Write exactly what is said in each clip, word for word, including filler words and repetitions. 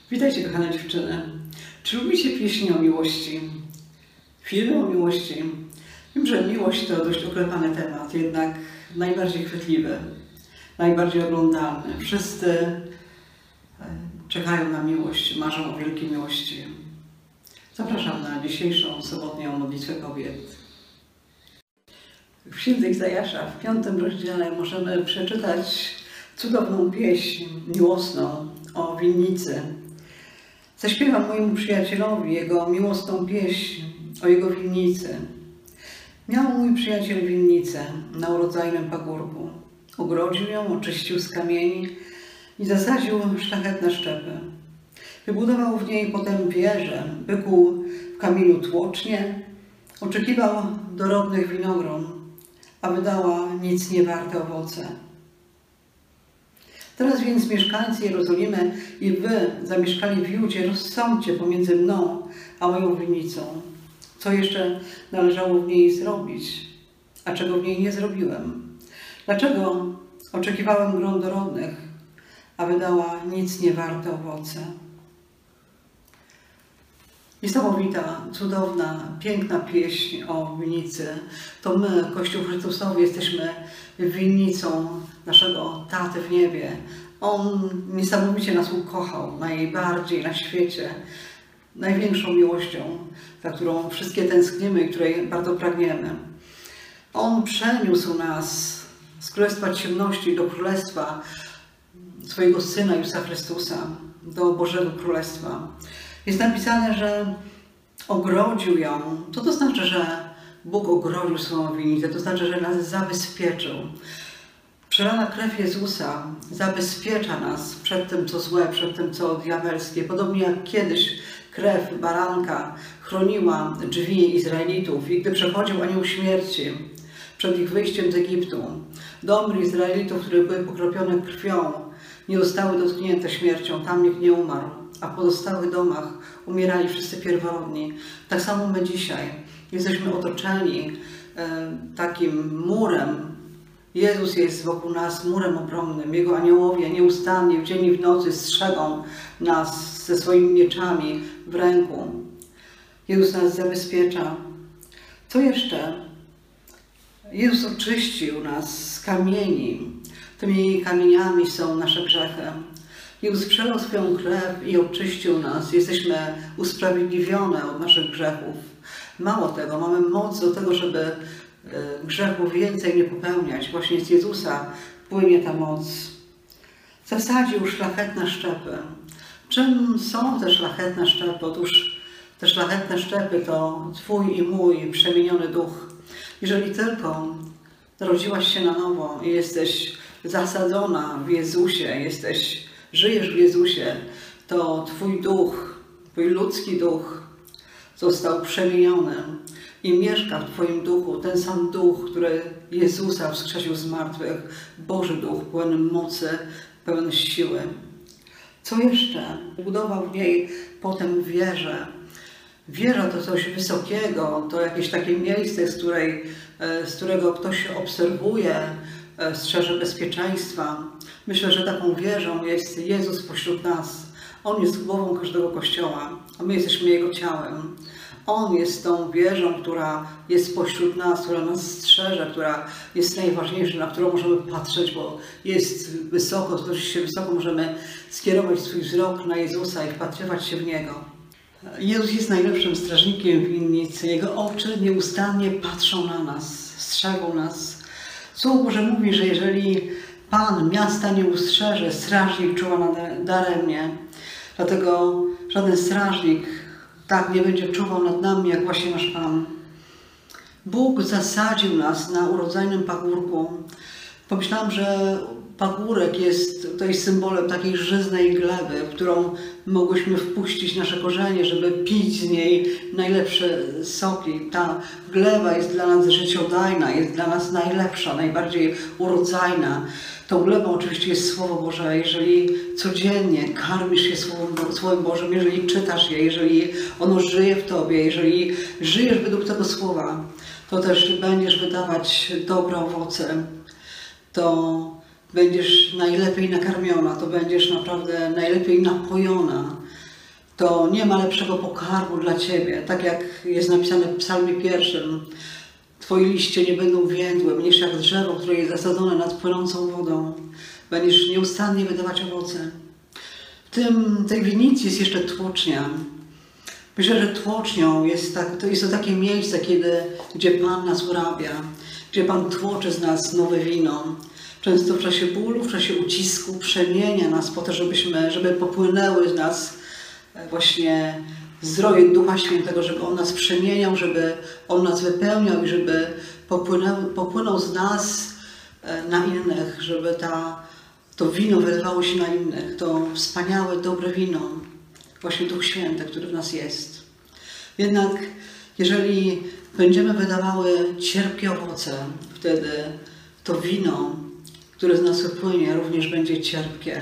Witajcie, kochane dziewczyny. Czy lubicie pieśni o miłości? Filmy o miłości? Wiem, że miłość to dość oklepany temat, jednak najbardziej chwytliwy, najbardziej oglądalny. Wszyscy czekają na miłość, marzą o wielkiej miłości. Zapraszam na dzisiejszą sobotnią modlitwę kobiet. W Księdze Izajasza w piątym rozdziale możemy przeczytać cudowną pieśń miłosną o winnicy. Zaśpiewam mojemu przyjacielowi jego miłosną pieśń o jego winnicy. Miał mój przyjaciel winnicę na urodzajnym pagórku. Ogrodził ją, oczyścił z kamieni i zasadził szlachetne szczepy. Wybudował w niej potem wieżę, wykuł w kamieniu tłocznie, oczekiwał dorodnych winogron, a wydała nic niewarte owoce. Teraz więc mieszkańcy Jerozolimy i wy, zamieszkali w Judzie, rozsądźcie pomiędzy mną a moją winnicą, co jeszcze należało w niej zrobić, a czego w niej nie zrobiłem. Dlaczego oczekiwałem gron dorodnych, a wydała nic niewarte owoce. Niesamowita, cudowna, piękna pieśń o winnicy. To my, Kościół Chrystusowy, jesteśmy winnicą naszego Taty w niebie. On niesamowicie nas ukochał, najbardziej na świecie, największą miłością, za którą wszystkie tęsknimy i której bardzo pragniemy. On przeniósł nas z królestwa ciemności do królestwa swojego Syna Jezusa Chrystusa, do Bożego Królestwa. Jest napisane, że ogrodził ją. Co to znaczy, że Bóg ogrodził swoją winnicę? To znaczy, że nas zabezpieczył. Przelana krew Jezusa zabezpiecza nas przed tym, co złe, przed tym, co diabelskie. Podobnie jak kiedyś krew baranka chroniła drzwi Izraelitów i gdy przechodził anioł śmierci przed ich wyjściem z Egiptu, domy Izraelitów, które były pokropione krwią, nie zostały dotknięte śmiercią, tam nikt nie umarł, a w pozostałych domach umierali wszyscy pierworodni. Tak samo my dzisiaj jesteśmy otoczeni e, takim murem. Jezus jest wokół nas murem obronnym. Jego aniołowie nieustannie w dzień i w nocy strzegą nas ze swoimi mieczami w ręku. Jezus nas zabezpiecza. Co jeszcze? Jezus oczyścił nas z kamieni. Tymi kamieniami są nasze grzechy. Jezus przelał swoją krew i oczyścił nas. Jesteśmy usprawiedliwione od naszych grzechów. Mało tego, mamy moc do tego, żeby grzechu więcej nie popełniać. Właśnie z Jezusa płynie ta moc. Zasadził szlachetne szczepy. Czym są te szlachetne szczepy? Otóż te szlachetne szczepy to Twój i mój przemieniony duch. Jeżeli tylko narodziłaś się na nowo i jesteś zasadzona w Jezusie, jesteś, żyjesz w Jezusie, to Twój duch, Twój ludzki duch został przemieniony i mieszka w Twoim duchu ten sam duch, który Jezusa wskrzesił z martwych, Boży duch, pełen mocy, pełen siły. Co jeszcze? Budował w niej potem wieżę. Wieża to coś wysokiego, to jakieś takie miejsce, z, której, z którego ktoś obserwuje, strzeże bezpieczeństwa. Myślę, że taką wieżą jest Jezus pośród nas. On jest głową każdego kościoła, a my jesteśmy Jego ciałem. On jest tą wieżą, która jest pośród nas, która nas strzeże, która jest najważniejsza, na którą możemy patrzeć, bo jest wysoko, złoży się wysoko, możemy skierować swój wzrok na Jezusa i wpatrywać się w Niego. Jezus jest najlepszym strażnikiem w winnicy. Jego oczy nieustannie patrzą na nas, strzegą nas. Słowo Boże mówi, że jeżeli Pan miasta nie ustrzeże, strażnik czuwa daremnie. Dlatego żaden strażnik tak nie będzie czuwał nad nami, jak właśnie nasz Pan. Bóg zasadził nas na urodzajnym pagórku. Pomyślałam, że pagórek jest tutaj symbolem takiej żyznej gleby, w którą mogłyśmy wpuścić nasze korzenie, żeby pić z niej najlepsze soki. Ta gleba jest dla nas życiodajna, jest dla nas najlepsza, najbardziej urodzajna. Tą glebą oczywiście jest Słowo Boże. Jeżeli codziennie karmisz się Słowem, Słowem Bożym, jeżeli czytasz je, jeżeli ono żyje w Tobie, jeżeli żyjesz według tego Słowa, to też będziesz wydawać dobre owoce. To będziesz najlepiej nakarmiona, to będziesz naprawdę najlepiej napojona to nie ma lepszego pokarmu dla Ciebie. Tak jak jest napisane w psalmie pierwszym, Twoje liście nie będą więdłe, będziesz jak drzewo, które jest zasadzone nad płynącą wodą. Będziesz nieustannie wydawać owoce. W tym, tej winnicy jest jeszcze tłocznia. Myślę, że tłocznią jest, tak, to jest to takie miejsce, kiedy, gdzie Pan nas urabia, gdzie Pan tłoczy z nas nowe wino. Często w czasie bólu, w czasie ucisku przemienia nas po to, żebyśmy, żeby popłynęły z nas właśnie zdroje Ducha Świętego, żeby On nas przemieniał, żeby On nas wypełniał i żeby popłynął, popłynął z nas na innych, żeby ta, to wino wylewało się na innych, to wspaniałe, dobre wino, właśnie Duch Święty, który w nas jest. Jednak jeżeli będziemy wydawały cierpkie owoce, wtedy to wino, które z nas wypłynie, również będzie cierpkie.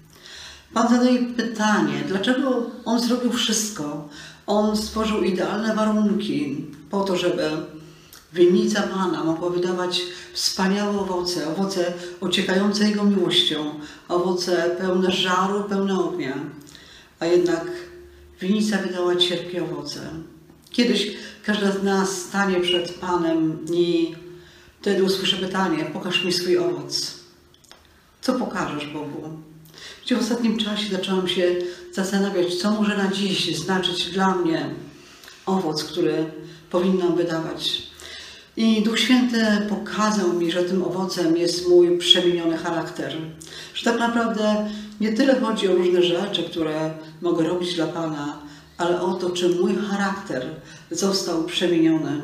Pan zadaje pytanie, dlaczego On zrobił wszystko? On stworzył idealne warunki po to, żeby winnica Pana mogła wydawać wspaniałe owoce, owoce ociekające Jego miłością, owoce pełne żaru, pełne ognia. A jednak winnica wydała cierpkie owoce. Kiedyś każda z nas stanie przed Panem i wtedy usłyszę pytanie, pokaż mi swój owoc. Co pokażesz Bogu? Gdzie w ostatnim czasie zaczęłam się zastanawiać, co może na dziś znaczyć dla mnie owoc, który powinnam wydawać. I Duch Święty pokazał mi, że tym owocem jest mój przemieniony charakter. Że tak naprawdę nie tyle chodzi o różne rzeczy, które mogę robić dla Pana, ale o to, czy mój charakter został przemieniony.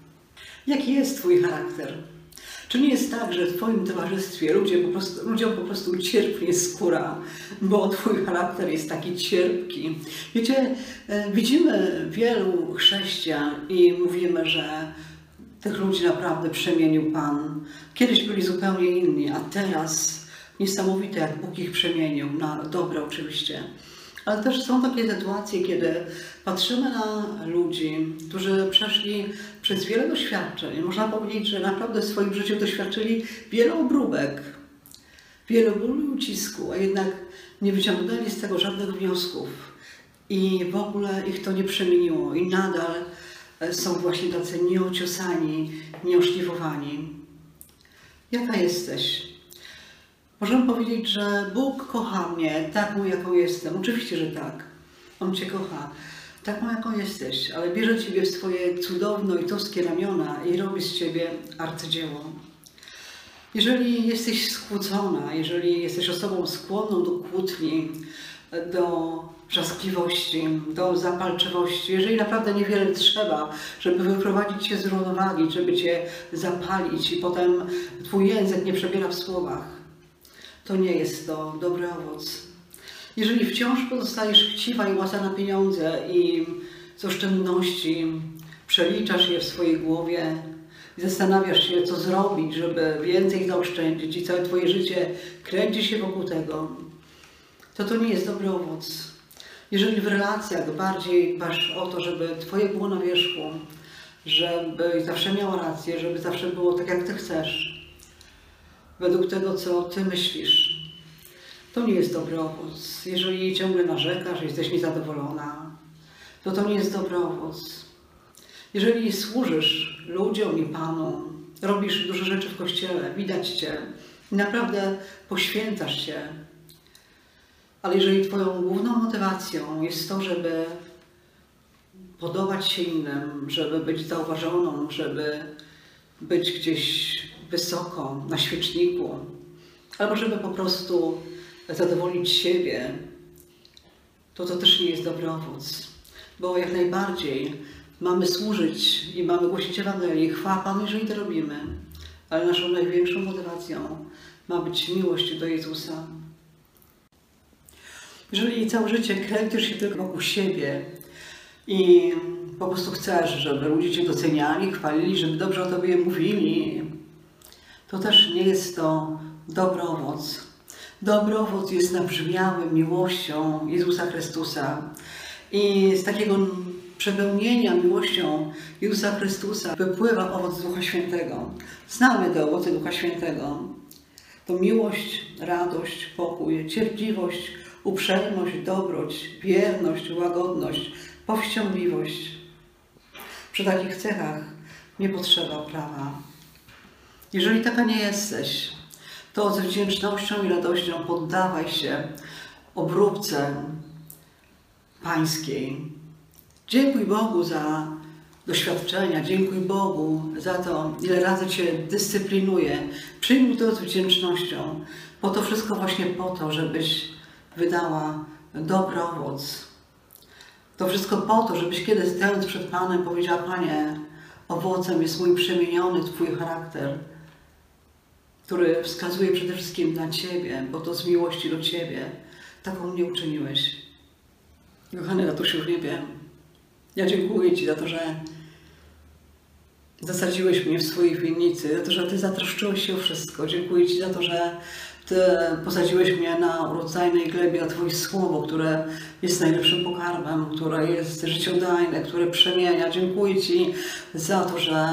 Jaki jest Twój charakter? Czy nie jest tak, że w Twoim towarzystwie ludzie po prostu, ludziom po prostu cierpnie skóra, bo Twój charakter jest taki cierpki? Wiecie, widzimy wielu chrześcijan i mówimy, że tych ludzi naprawdę przemienił Pan. Kiedyś byli zupełnie inni, a teraz niesamowite, jak Bóg ich przemienił, na dobre oczywiście. Ale też są takie sytuacje, kiedy patrzymy na ludzi, którzy przeszli przez wiele doświadczeń. Można powiedzieć, że naprawdę w swoim życiu doświadczyli wielu obróbek, wielu bólu i ucisku, a jednak nie wyciągnęli z tego żadnych wniosków. I w ogóle ich to nie przemieniło i nadal są właśnie tacy nieociosani, nieoszlifowani. Jaka jesteś? Możemy powiedzieć, że Bóg kocha mnie taką, jaką jestem. Oczywiście, że tak. On Cię kocha taką, jaką jesteś, ale bierze Ciebie w swoje cudowno-ojcowskie ramiona i robi z Ciebie arcydzieło. Jeżeli jesteś skłócona, jeżeli jesteś osobą skłonną do kłótni, do wrzaskliwości, do zapalczywości, jeżeli naprawdę niewiele trzeba, żeby wyprowadzić Cię z równowagi, żeby Cię zapalić i potem Twój język nie przebiera w słowach, to nie jest to dobry owoc. Jeżeli wciąż pozostajesz chciwa i łasa na pieniądze i z oszczędności przeliczasz je w swojej głowie i zastanawiasz się, co zrobić, żeby więcej zaoszczędzić i całe Twoje życie kręci się wokół tego, to to nie jest dobry owoc. Jeżeli w relacjach bardziej dbasz o to, żeby Twoje było na wierzchu, żebyś zawsze miała rację, żeby zawsze było tak, jak Ty chcesz, według tego, co Ty myślisz, to nie jest dobry owoc. Jeżeli ciągle narzekasz, jesteś niezadowolona, to to nie jest dobry owoc. Jeżeli służysz ludziom i Panu, robisz dużo rzeczy w Kościele, widać Cię i naprawdę poświęcasz się, ale jeżeli Twoją główną motywacją jest to, żeby podobać się innym, żeby być zauważoną, żeby być gdzieś wysoko, na świeczniku, albo żeby po prostu zadowolić siebie, to to też nie jest dobry owoc. Bo jak najbardziej mamy służyć i mamy głosić Ewangelię. Chwała Panu, jeżeli to robimy, ale naszą największą motywacją ma być miłość do Jezusa. Jeżeli całe życie kręcisz się tylko wokół siebie i po prostu chcesz, żeby ludzie Cię doceniali, chwalili, żeby dobrze o Tobie mówili, to też nie jest to dobry owoc. Dobry owoc jest nabrzmiały miłością Jezusa Chrystusa. I z takiego przepełnienia miłością Jezusa Chrystusa wypływa owoc Ducha Świętego. Znamy te owoce Ducha Świętego. To miłość, radość, pokój, cierpliwość, uprzejmość, dobroć, wierność, łagodność, powściągliwość. Przy takich cechach nie potrzeba prawa. Jeżeli taka nie jesteś, to z wdzięcznością i radością poddawaj się obróbce Pańskiej. Dziękuj Bogu za doświadczenia, dziękuj Bogu za to, ile razy Cię dyscyplinuje. Przyjmuj to z wdzięcznością, bo to wszystko właśnie po to, żebyś wydała dobry owoc. To wszystko po to, żebyś kiedy stojąc przed Panem powiedziała: Panie, owocem jest mój przemieniony Twój charakter, który wskazuje przede wszystkim na Ciebie, bo to z miłości do Ciebie taką mnie uczyniłeś. Kochany Tatusiu w niebie, ja dziękuję Ci za to, że zasadziłeś mnie w swojej winnicy, za to, że Ty zatroszczyłeś się o wszystko. Dziękuję Ci za to, że Ty posadziłeś mnie na urodzajnej glebie, na Twoje słowo, które jest najlepszym pokarmem, które jest życiodajne, które przemienia. Dziękuję Ci za to, że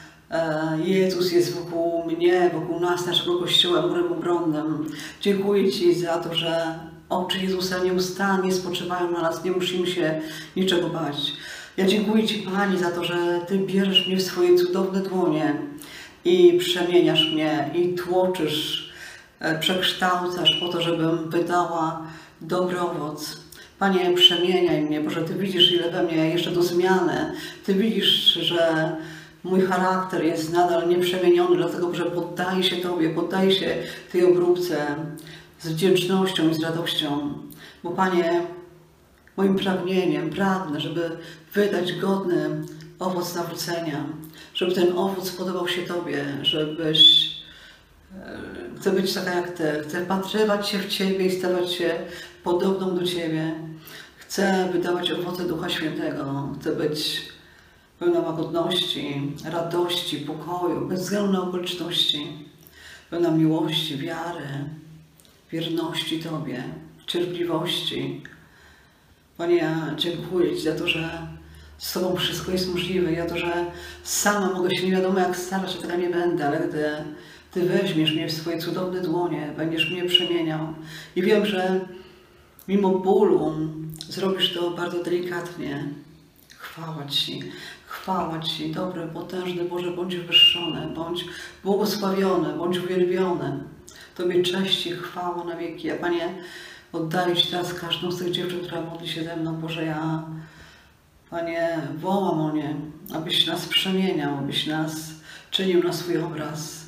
Jezus jest wokół mnie, wokół nas, naszego Kościoła, murem obronnym. Dziękuję Ci za to, że oczy Jezusa nieustannie spoczywają na nas, nie musimy się niczego bać. Ja dziękuję Ci, Pani, za to, że Ty bierzesz mnie w swoje cudowne dłonie i przemieniasz mnie i tłoczysz, przekształcasz po to, żebym wydała dobry owoc. Panie, przemieniaj mnie, Boże, Ty widzisz, ile we mnie jeszcze do zmiany. Ty widzisz, że mój charakter jest nadal nieprzemieniony, dlatego że poddaję się Tobie, poddaję się tej obróbce z wdzięcznością i z radością. Bo Panie, moim pragnieniem pragnę, żeby wydać godny owoc nawrócenia, żeby ten owoc podobał się Tobie, żebyś... Chcę być taka jak Ty, chcę patrywać się w Ciebie i stawać się podobną do Ciebie. Chcę wydawać owoce Ducha Świętego, chcę być pełna łagodności, radości, pokoju, bez względu na okoliczności, pełna miłości, wiary, wierności Tobie, cierpliwości. Panie, ja dziękuję Ci za to, że z Tobą wszystko jest możliwe. Ja to, że sama mogę się nie wiadomo jak starać, ja tego nie będę, ale gdy Ty weźmiesz mnie w swoje cudowne dłonie, będziesz mnie przemieniał. I wiem, że mimo bólu zrobisz to bardzo delikatnie. Chwała Ci, chwała Ci, dobry, potężny Boże, bądź wywyższony, bądź błogosławiony, bądź uwielbiony. Tobie cześć i chwała na wieki. Ja, Panie, oddaję Ci teraz każdą z tych dziewczyn, która modli się ze mną. Boże, ja, Panie, wołam o nie, abyś nas przemieniał, abyś nas czynił na swój obraz.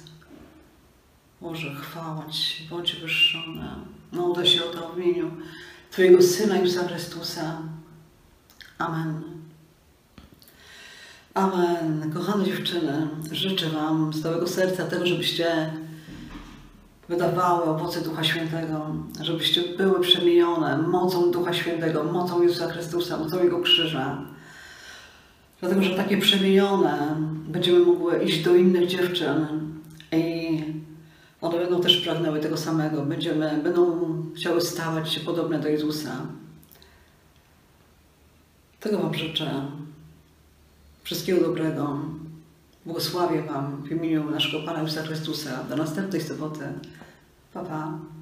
Boże, chwała Ci, bądź wywyższony. Módl się o to w imieniu Twojego Syna Jezusa Chrystusa. Amen. Amen. Kochane dziewczyny, życzę Wam z całego serca tego, żebyście wydawały owoce Ducha Świętego, żebyście były przemienione mocą Ducha Świętego, mocą Jezusa Chrystusa, mocą Jego krzyża. Dlatego, że takie przemienione będziemy mogły iść do innych dziewczyn i one będą też pragnęły tego samego. Będziemy, będą chciały stawać się podobne do Jezusa. Tego Wam życzę. Wszystkiego dobrego. Błogosławię Wam w imieniu naszego Pana Jezusa Chrystusa. Do następnej soboty. Pa, pa.